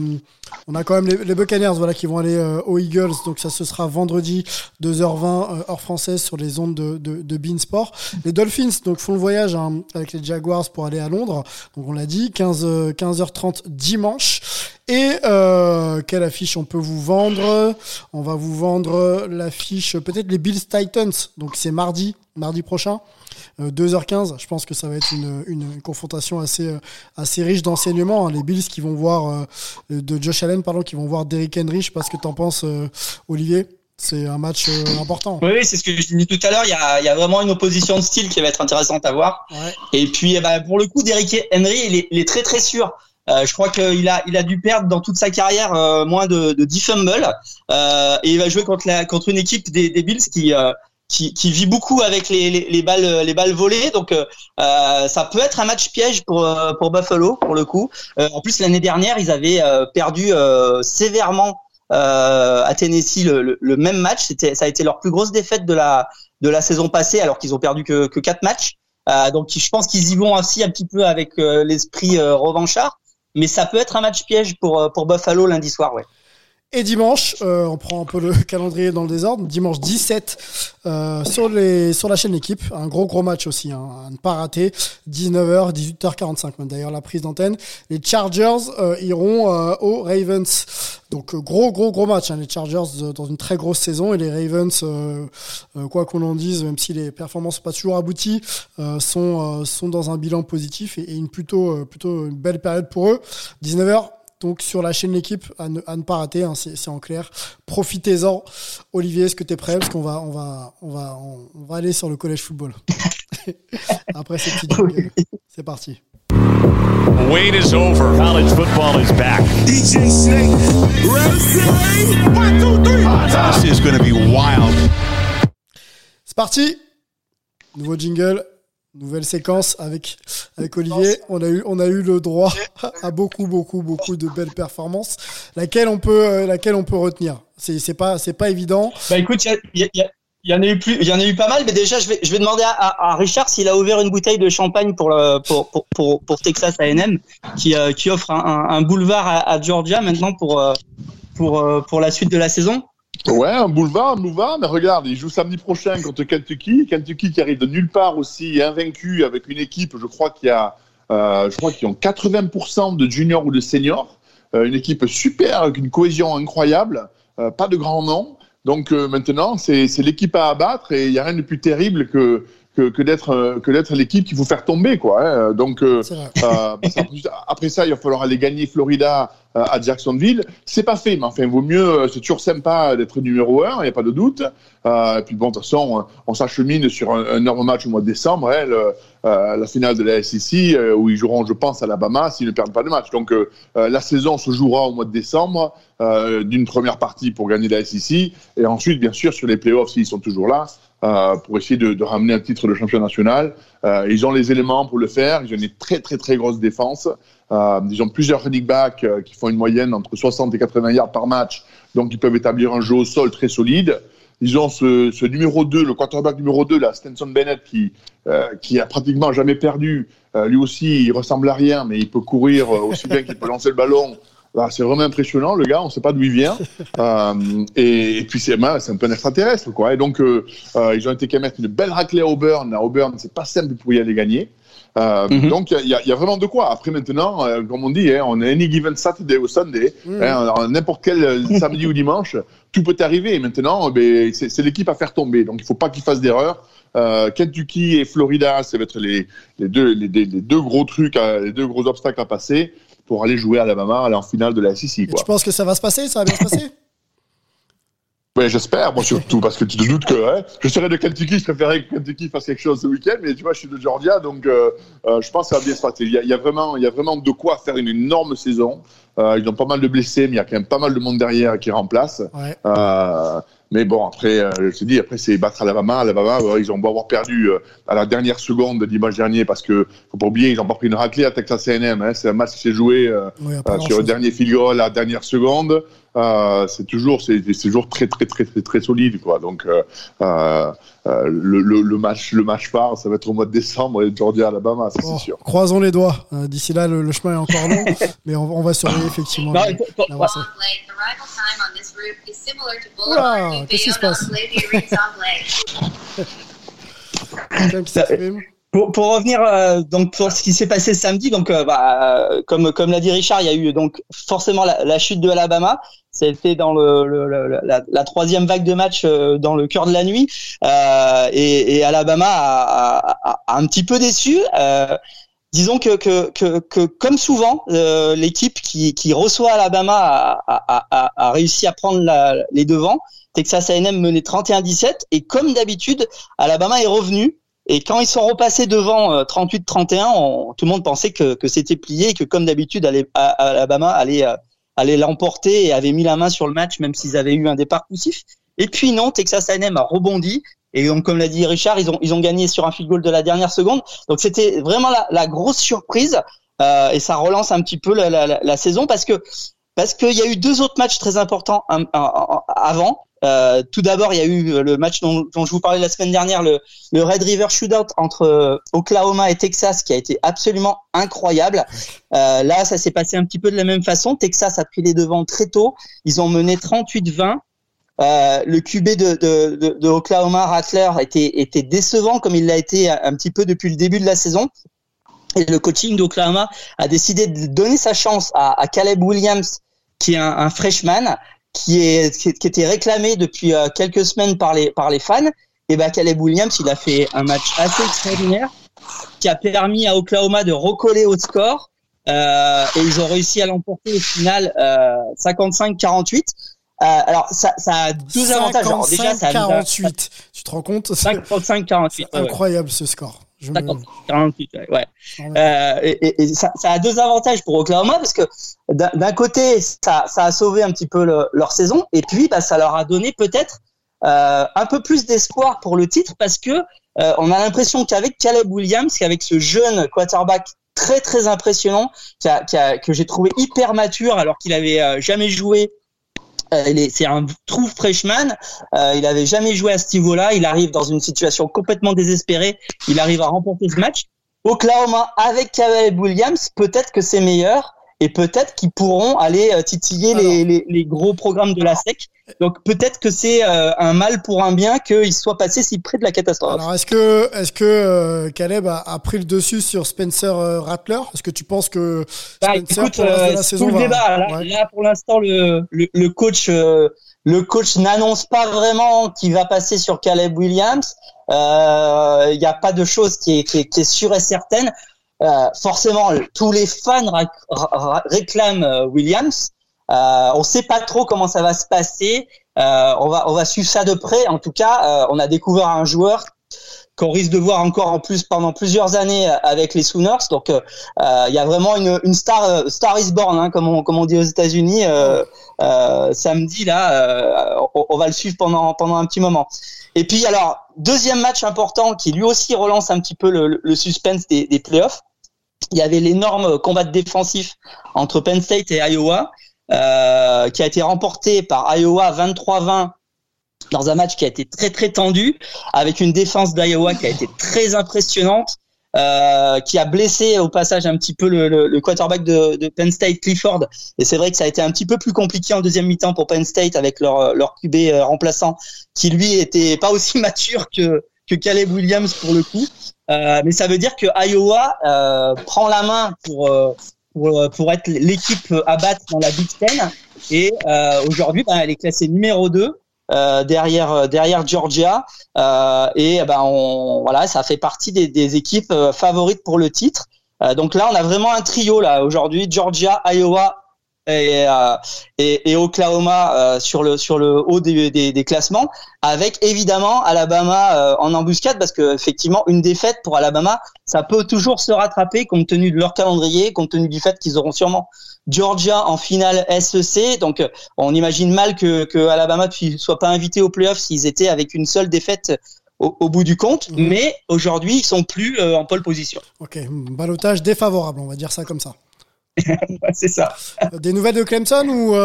On a quand même les Buccaneers qui vont aller aux Eagles. Donc ça, ce sera vendredi 2h20 heure française sur les ondes de beIN Sport. Les Dolphins font le voyage avec les Jaguars pour aller à Londres. Donc on l'a dit, 15h30 dimanche. Et quelle affiche on peut vous vendre? On va vous vendre l'affiche, peut-être les Bills Titans. Donc c'est mardi prochain. 2h15, je pense que ça va être une confrontation assez riche d'enseignements. Hein. Les Bills qui vont voir de Josh Allen, qui vont voir Derrick Henry. Je sais pas ce que t'en penses, Olivier. C'est un match important. Oui, c'est ce que je disais tout à l'heure. Il y a vraiment une opposition de style qui va être intéressante à voir. Ouais. Et puis, pour le coup, Derrick Henry, il est très très sûr. Je crois qu'il a dû perdre dans toute sa carrière moins de 10 fumbles. Et il va jouer contre une équipe des Bills qui vit beaucoup avec les balles volées. Donc ça peut être un match piège pour Buffalo pour le coup. En plus l'année dernière ils avaient perdu sévèrement à Tennessee le même match. Ça a été leur plus grosse défaite de la saison passée alors qu'ils ont perdu que 4 matchs. Donc je pense qu'ils y vont aussi un petit peu avec l'esprit revanchard. Mais ça peut être un match piège pour Buffalo lundi soir, ouais. Et dimanche, on prend un peu le calendrier dans le désordre. Dimanche 17 sur la chaîne Équipe, un gros match aussi, hein, à ne pas rater. 19h, 18h45 même d'ailleurs la prise d'antenne. Les Chargers iront aux Ravens. Donc gros match, hein, les Chargers dans une très grosse saison et les Ravens, quoi qu'on en dise, même si les performances sont pas toujours abouties, sont dans un bilan positif et une plutôt une belle période pour eux. 19h. Donc sur la chaîne L'équipe à ne pas rater, hein, c'est en clair. Profitez-en. Olivier, est-ce que tu es prêt? Parce qu'on va aller sur le college football. Après ces petits jingles. C'est parti. Wait is over. College football is back. DJ Snake. Ready? 1, 2, 3. This is going to be wild. C'est parti. Nouveau jingle. Nouvelle séquence avec Olivier. On a eu le droit à beaucoup de belles performances. Laquelle on peut retenir. C'est pas évident. Bah écoute, il Il y en a eu pas mal, mais déjà je vais demander à Richard s'il a ouvert une bouteille de champagne pour Texas A&M qui offre un boulevard à Georgia maintenant pour la suite de la saison. Ouais, un boulevard, mais regarde, ils jouent samedi prochain contre Kentucky qui arrive de nulle part aussi, invaincu avec une équipe, je crois qu'ils ont 80% de juniors ou de seniors, une équipe super, avec une cohésion incroyable, pas de grands noms. Donc maintenant, c'est l'équipe à abattre et il n'y a rien de plus terrible que d'être l'équipe qu'il faut faire tomber, quoi. Hein. Donc après ça, il va falloir aller gagner Florida à Jacksonville. C'est pas fait, mais enfin, vaut mieux. C'est toujours sympa d'être numéro 1, il n'y a pas de doute. Et puis bon, de toute façon, on s'achemine sur un énorme match au mois de décembre, la finale de la SEC, où ils joueront, je pense, à Alabama s'ils ne perdent pas de match. Donc la saison se jouera au mois de décembre, d'une première partie pour gagner la SEC, et ensuite, bien sûr, sur les playoffs, s'ils sont toujours là, pour essayer de ramener un titre de champion national. Ils ont les éléments pour le faire. Ils ont une très très très grosse défense. Ils ont plusieurs running backs qui font une moyenne entre 60 et 80 yards par match. Donc ils peuvent établir un jeu au sol très solide. Ils ont ce numéro 2, le quarterback numéro 2, là, Stetson Bennett, qui a pratiquement jamais perdu. Lui aussi, il ressemble à rien, mais il peut courir aussi bien qu'il peut lancer le ballon. Là, c'est vraiment impressionnant, le gars, on ne sait pas d'où il vient. Et puis, c'est un peu un extraterrestre, quoi. Et donc, ils ont été qu'à mettre une belle raclée à Auburn. À Auburn, c'est pas simple pour y aller gagner. Donc, il y a vraiment de quoi. Après, maintenant, comme on dit, on est any given Saturday ou Sunday. N'importe quel samedi ou dimanche, tout peut arriver. Et maintenant, c'est l'équipe à faire tomber. Donc, il ne faut pas qu'ils fassent d'erreur. Kentucky et Florida, ça va être les deux gros trucs, les deux gros obstacles à passer pour aller jouer à Alabama, aller en finale de la SEC. Tu penses que ça va se passer? Ça va bien se passer? Ouais, j'espère, moi surtout, parce que tu te doutes que je serais de Kentucky, je préférerais que Kentucky fasse quelque chose ce week-end, mais tu vois, je suis de Georgia, donc je pense que ça va bien se passer. Il y a vraiment de quoi faire une énorme saison. Ils ont pas mal de blessés, mais il y a quand même pas mal de monde derrière qui remplace. Ouais. Mais bon, après, je te dis, après, c'est battre Alabama. Ils ont beau avoir perdu à la dernière seconde dimanche dernier, parce que, faut pas oublier, ils n'ont pas pris une raclée à Texas A&M. C'est un match qui s'est joué sur le dernier field goal à la dernière seconde. C'est toujours très, très, très, très, très solide, quoi. Donc, le match phare, ça va être au mois de décembre, et Georgia, Alabama, c'est sûr. Croisons les doigts. D'ici là, le chemin est encore long, mais on va surveiller effectivement. Oula, qu'est-ce qui se passe? Pour revenir donc pour ce qui s'est passé samedi, donc comme l'a dit Richard, il y a eu donc forcément la chute de Alabama. C'était dans la troisième vague de match dans le cœur de la nuit, et Alabama a un petit peu déçu. Disons que comme souvent, l'équipe qui reçoit Alabama a réussi à prendre les devants. Texas A&M menait 31-17, et comme d'habitude, Alabama est revenu. Et quand ils sont repassés devant 38-31, tout le monde pensait que c'était plié, et que comme d'habitude, Alabama allait l'emporter et avait mis la main sur le match, même s'ils avaient eu un départ poussif. Et puis non, Texas A&M a rebondi. Et donc, comme l'a dit Richard, ils ont gagné sur un field goal de la dernière seconde. Donc, c'était vraiment la grosse surprise. Et ça relance un petit peu la saison, parce qu'il y a eu deux autres matchs très importants avant. Tout d'abord, il y a eu le match dont je vous parlais la semaine dernière, le Red River Shootout entre Oklahoma et Texas, qui a été absolument incroyable. Là, ça s'est passé un petit peu de la même façon. Texas a pris les devants très tôt. Ils ont mené 38-20. Le QB de Oklahoma, Rattler, était décevant, comme il l'a été un petit peu depuis le début de la saison. Et le coaching d'Oklahoma a décidé de donner sa chance à Caleb Williams, qui est un freshman, qui était réclamé depuis quelques semaines par les fans. Et Caleb Williams, il a fait un match assez extraordinaire, qui a permis à Oklahoma de recoller au score, et ils ont réussi à l'emporter au final 55-48. Alors ça a deux avantages. Alors, déjà, ça a 48. Tu te rends compte? 55-48. Incroyable ce score. 48, ouais. Et ça a deux avantages pour Oklahoma, parce que d'un côté, ça a sauvé un petit peu leur saison, et puis ça leur a donné peut-être un peu plus d'espoir pour le titre, parce que on a l'impression qu'avec Caleb Williams, qu'avec ce jeune quarterback très très impressionnant, que j'ai trouvé hyper mature, alors qu'il avait jamais joué C'est un true freshman. Il avait jamais joué à ce niveau-là. Il arrive dans une situation complètement désespérée. Il arrive à remporter ce match. Oklahoma avec Caleb Williams, peut-être que c'est meilleur et peut-être qu'ils pourront aller titiller les gros programmes de la SEC. Donc peut-être que c'est un mal pour un bien qu'il soit passé si près de la catastrophe. Alors est-ce que Caleb a pris le dessus sur Spencer Rattler ? Est-ce que tu penses que Spencer pour le reste de la saison tout le débat. Là pour l'instant le coach n'annonce pas vraiment qu'il va passer sur Caleb Williams. Il y a pas de chose qui est sûre et certaine. Forcément, tous les fans réclament Williams. On sait pas trop comment ça va se passer. On va suivre ça de près. En tout cas, on a découvert un joueur qu'on risque de voir encore en plus pendant plusieurs années avec les Sooners. Donc, il y a vraiment une star is born, hein, comme on dit aux États-Unis. Samedi là, on va le suivre pendant un petit moment. Et puis alors, deuxième match important qui lui aussi relance un petit peu le suspense des playoffs. Il y avait l'énorme combat défensif entre Penn State et Iowa, qui a été remporté par Iowa 23-20 dans un match qui a été très très tendu, avec une défense d'Iowa qui a été très impressionnante, qui a blessé au passage un petit peu le quarterback de Penn State, Clifford. Et c'est vrai que ça a été un petit peu plus compliqué en deuxième mi-temps pour Penn State avec leur QB remplaçant, qui lui était pas aussi mature que Caleb Williams pour le coup. Mais ça veut dire que Iowa prend la main pour être l'équipe à battre dans la Big Ten. Et aujourd'hui, elle est classée numéro 2 derrière Georgia. Et ça fait partie des équipes favorites pour le titre. Donc là, on a vraiment un trio là aujourd'hui: Georgia, Iowa et Oklahoma sur le haut des classements, avec évidemment Alabama en embuscade, parce que effectivement une défaite pour Alabama, ça peut toujours se rattraper compte tenu de leur calendrier, compte tenu du fait qu'ils auront sûrement Georgia en finale SEC. Donc on imagine mal que Alabama ne soit pas invité aux playoffs s'ils étaient avec une seule défaite au bout du compte. Mais aujourd'hui ils sont plus en pole position. Ok, ballottage défavorable, on va dire ça comme ça. C'est ça. Des nouvelles de Clemson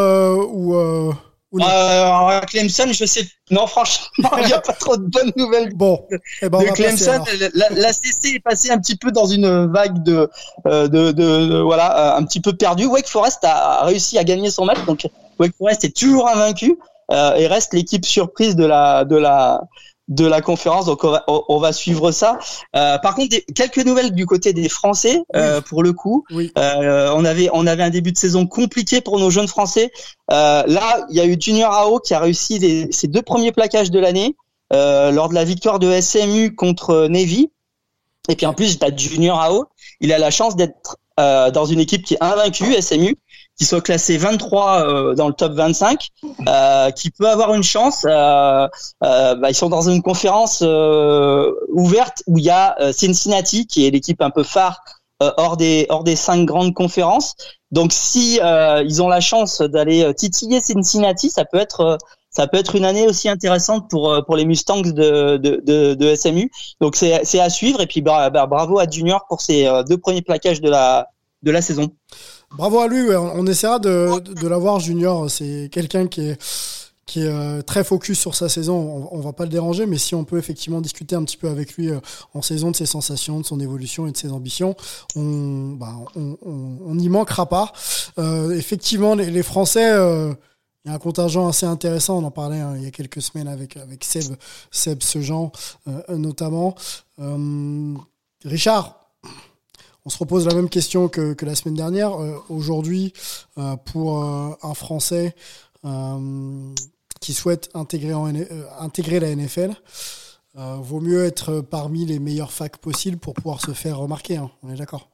ou non? Clemson, je sais. Non, franchement, il n'y a pas trop de bonnes nouvelles. Bon, de Clemson. La CC est passée un petit peu dans une vague de un petit peu perdue. Wake Forest a réussi à gagner son match, donc Wake Forest est toujours invaincu et reste l'équipe surprise de la conférence. Donc on va suivre ça. Par contre, quelques nouvelles du côté des Français, pour le coup. Oui. On avait un début de saison compliqué pour nos jeunes Français. Là, il y a eu Junior Ao qui a réussi ses 2 premiers plaquages de l'année lors de la victoire de SMU contre Navy. Et puis en plus, Junior Ao, il a la chance d'être dans une équipe qui est invaincue, SMU, qui soit classé 23 dans le top 25, qui peut avoir une chance. Ils sont dans une conférence ouverte où il y a Cincinnati, qui est l'équipe un peu phare hors des 5 grandes conférences. Donc si ils ont la chance d'aller titiller Cincinnati, ça peut être une année aussi intéressante pour les Mustangs de SMU. Donc c'est à suivre. Et puis bravo à Junior pour ses 2 premiers plaquages de la saison. Bravo à lui, ouais. On essaiera de l'avoir, Junior. C'est quelqu'un qui est très focus sur sa saison. On va pas le déranger, mais si on peut effectivement discuter un petit peu avec lui en saison de ses sensations, de son évolution et de ses ambitions, on n'y manquera pas. Effectivement, les Français, il y a un contingent assez intéressant. On en parlait il y a quelques semaines avec Seb Sejean notamment. Richard, on se repose la même question que la semaine dernière. Aujourd'hui, pour un Français qui souhaite intégrer la NFL, vaut mieux être parmi les meilleures facs possibles pour pouvoir se faire remarquer. Hein. On est d'accord?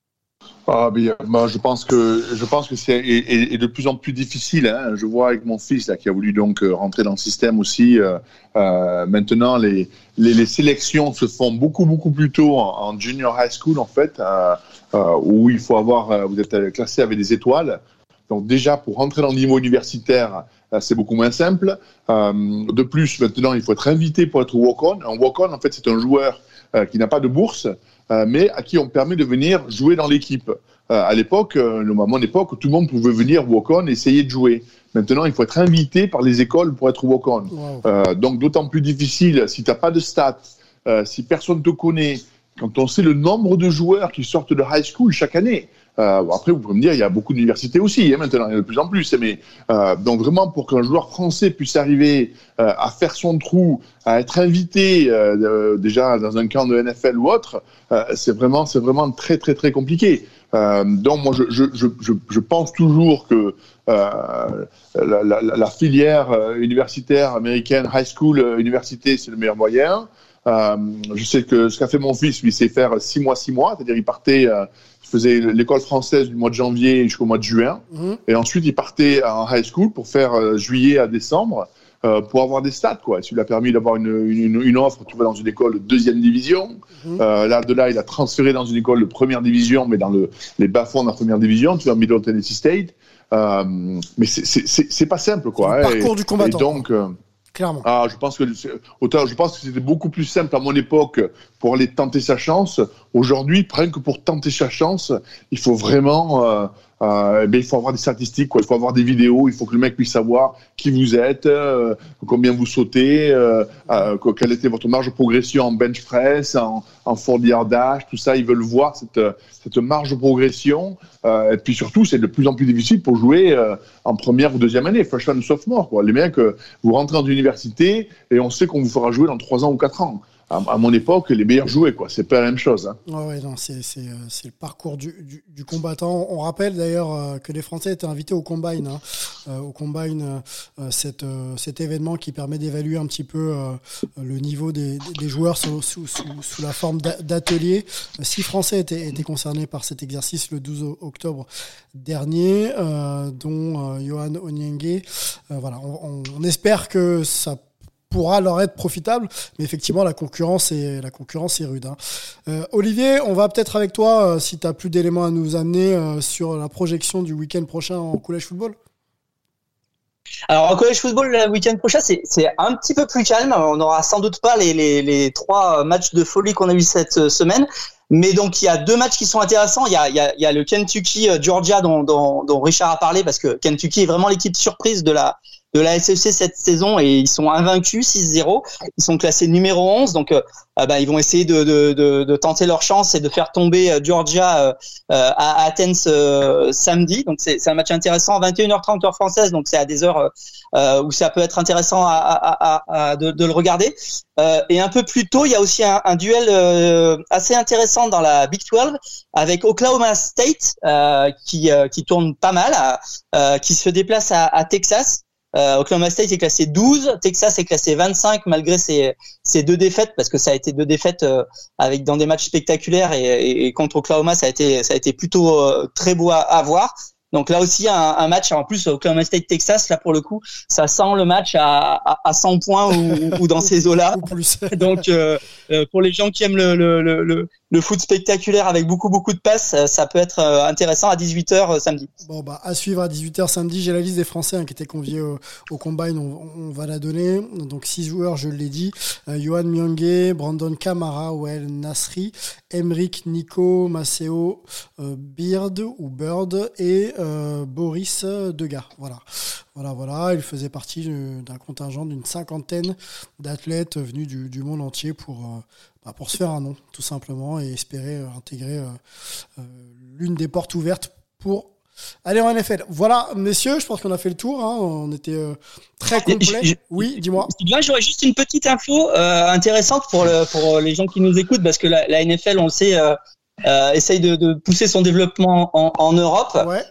Je pense que c'est de plus en plus difficile. Hein. Je vois avec mon fils là, qui a voulu donc rentrer dans le système aussi. Maintenant, les sélections se font beaucoup plus tôt en junior high school en fait, où il faut vous êtes classé avec des étoiles. Donc déjà pour rentrer dans le niveau universitaire, c'est beaucoup moins simple. De plus, maintenant, il faut être invité pour être walk-on. Un walk-on, en fait, c'est un joueur qui n'a pas de bourse, mais à qui on permet de venir jouer dans l'équipe. À l'époque, à mon époque, tout le monde pouvait venir walk-on et essayer de jouer. Maintenant, il faut être invité par les écoles pour être walk-on. Wow. Donc, d'autant plus difficile si tu n'as pas de stats, si personne ne te connaît, quand on sait le nombre de joueurs qui sortent de high school chaque année. Après, vous pouvez me dire, il y a beaucoup d'universités aussi, maintenant, il y en a de plus en plus. Mais, donc, vraiment, pour qu'un joueur français puisse arriver à faire son trou, à être invité déjà dans un camp de NFL ou autre, c'est vraiment très, très, très compliqué. Donc, moi, je pense toujours que la filière universitaire américaine, high school, université, c'est le meilleur moyen. Je sais que ce qu'a fait mon fils, lui, c'est faire 6 mois, c'est-à-dire il partait, il faisait l'école française du mois de janvier jusqu'au mois de juin, et ensuite il partait en high school pour faire juillet à décembre, pour avoir des stats, quoi. Ça lui a permis d'avoir une offre, tu vois, dans une école de 2e division. Là, il a transféré dans une école de 1re division, mais dans les bas-fonds de la 1re division, tu vois, Middle Tennessee State. Mais c'est pas simple, quoi. C'est le parcours du combattant. Et donc, clairement. Je pense que c'était beaucoup plus simple à mon époque pour aller tenter sa chance. Aujourd'hui, rien que pour tenter sa chance, il faut vraiment, il faut avoir des statistiques, quoi. Il faut avoir des vidéos, il faut que le mec puisse savoir qui vous êtes, combien vous sautez, quelle était votre marge de progression en bench press, en 40 yard dash, tout ça. Ils veulent voir cette marge de progression. Et puis surtout, c'est de plus en plus difficile pour jouer en première ou deuxième année, freshman ou sophomore, quoi. Les mecs, vous rentrez dans l'université et on sait qu'on vous fera jouer dans 3 ans ou 4 ans. À mon époque, les meilleurs jouaient, quoi. C'est pas la même chose. Hein. Ouais, non, c'est le parcours du combattant. On rappelle d'ailleurs que les Français étaient invités au Combine. Cet événement qui permet d'évaluer un petit peu le niveau des joueurs sous la forme d'atelier. 6 Français étaient concernés par cet exercice le 12 octobre dernier, dont Johan Onyenge. Voilà, on espère que ça pourra leur être profitable, mais effectivement la concurrence est rude. Olivier, on va peut-être avec toi, si tu as plus d'éléments à nous amener sur la projection du week-end prochain en college football. Alors en college football, le week-end prochain, c'est un petit peu plus calme. On n'aura sans doute pas les 3 matchs de folie qu'on a eu cette semaine. Mais donc il y a 2 matchs qui sont intéressants. Il y a le Kentucky Georgia dont Richard a parlé, parce que Kentucky est vraiment l'équipe surprise de la SEC cette saison, et ils sont invaincus 6-0. Ils sont classés numéro 11, donc ils vont essayer de tenter leur chance et de faire tomber Georgia à Athens samedi. Donc c'est un match intéressant, 21h30 heure française, donc c'est à des heures où ça peut être intéressant de le regarder. Et un peu plus tôt, il y a aussi un duel assez intéressant dans la Big 12 avec Oklahoma State qui tourne pas mal, qui se déplace à Texas. Oklahoma State est classé 12, Texas est classé 25 malgré ces 2 défaites, parce que ça a été 2 défaites dans des matchs spectaculaires, et contre Oklahoma ça a été plutôt très beau à voir. Donc là aussi un match, en plus Oklahoma State Texas, là pour le coup ça sent le match à 100 points ou dans ces eaux-là. Donc pour les gens qui aiment le foot spectaculaire avec beaucoup de passes, ça peut être intéressant à 18h samedi. Bon à suivre à 18h samedi. J'ai la liste des Français qui étaient conviés au Combine, on va la donner. Donc 6 joueurs, je l'ai dit. Johan Myonge, Brandon Kamara, Wael Nasri, Emric Nico, Maceo Bird et Boris Degas. Voilà. Il faisait partie d'un contingent d'une 50aine d'athlètes venus du monde entier pour se faire un nom, tout simplement, et espérer intégrer l'une des portes ouvertes pour aller en NFL. Voilà, messieurs, je pense qu'on a fait le tour. On était très complet. Oui, dis-moi. Moi, j'aurais juste une petite info intéressante pour les gens qui nous écoutent, parce que la NFL, on le sait, essaye de pousser son développement en Europe. Ouais.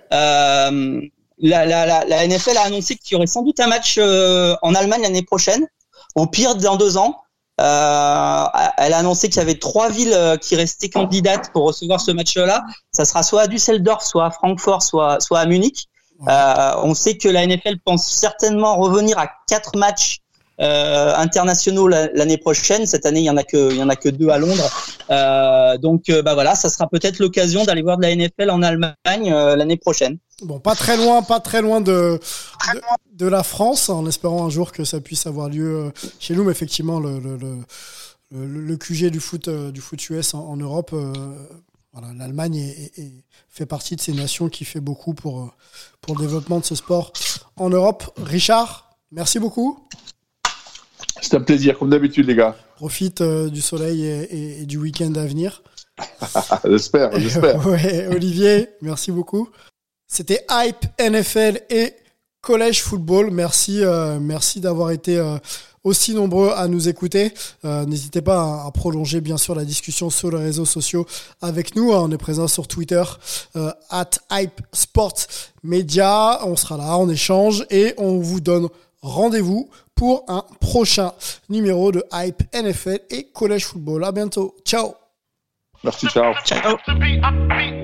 La NFL a annoncé qu'il y aurait sans doute un match en Allemagne l'année prochaine, au pire dans 2 ans. Elle a annoncé qu'il y avait 3 villes qui restaient candidates pour recevoir ce match-là. Ça sera soit à Düsseldorf, soit à Francfort, soit à Munich. On sait que la NFL pense certainement revenir à 4 matchs internationaux l'année prochaine. Cette année, il y en a que 2 à Londres. Donc voilà, ça sera peut-être l'occasion d'aller voir de la NFL en Allemagne l'année prochaine. Bon, pas très loin de la France, en espérant un jour que ça puisse avoir lieu chez nous. Mais effectivement, le QG du foot US en Europe, voilà, l'Allemagne fait partie de ces nations qui fait beaucoup pour le développement de ce sport en Europe. Richard, merci beaucoup. C'est un plaisir, comme d'habitude, les gars. Profite du soleil et du week-end à venir. J'espère. Ouais, Olivier, merci beaucoup. C'était Hype NFL et Collège Football. Merci d'avoir été aussi nombreux à nous écouter. N'hésitez pas à prolonger bien sûr la discussion sur les réseaux sociaux avec nous. On est présent sur Twitter @HypeSportsMedia. On sera là, on échange et on vous donne rendez-vous pour un prochain numéro de Hype NFL et Collège Football. À bientôt. Ciao. Merci, ciao. Ciao.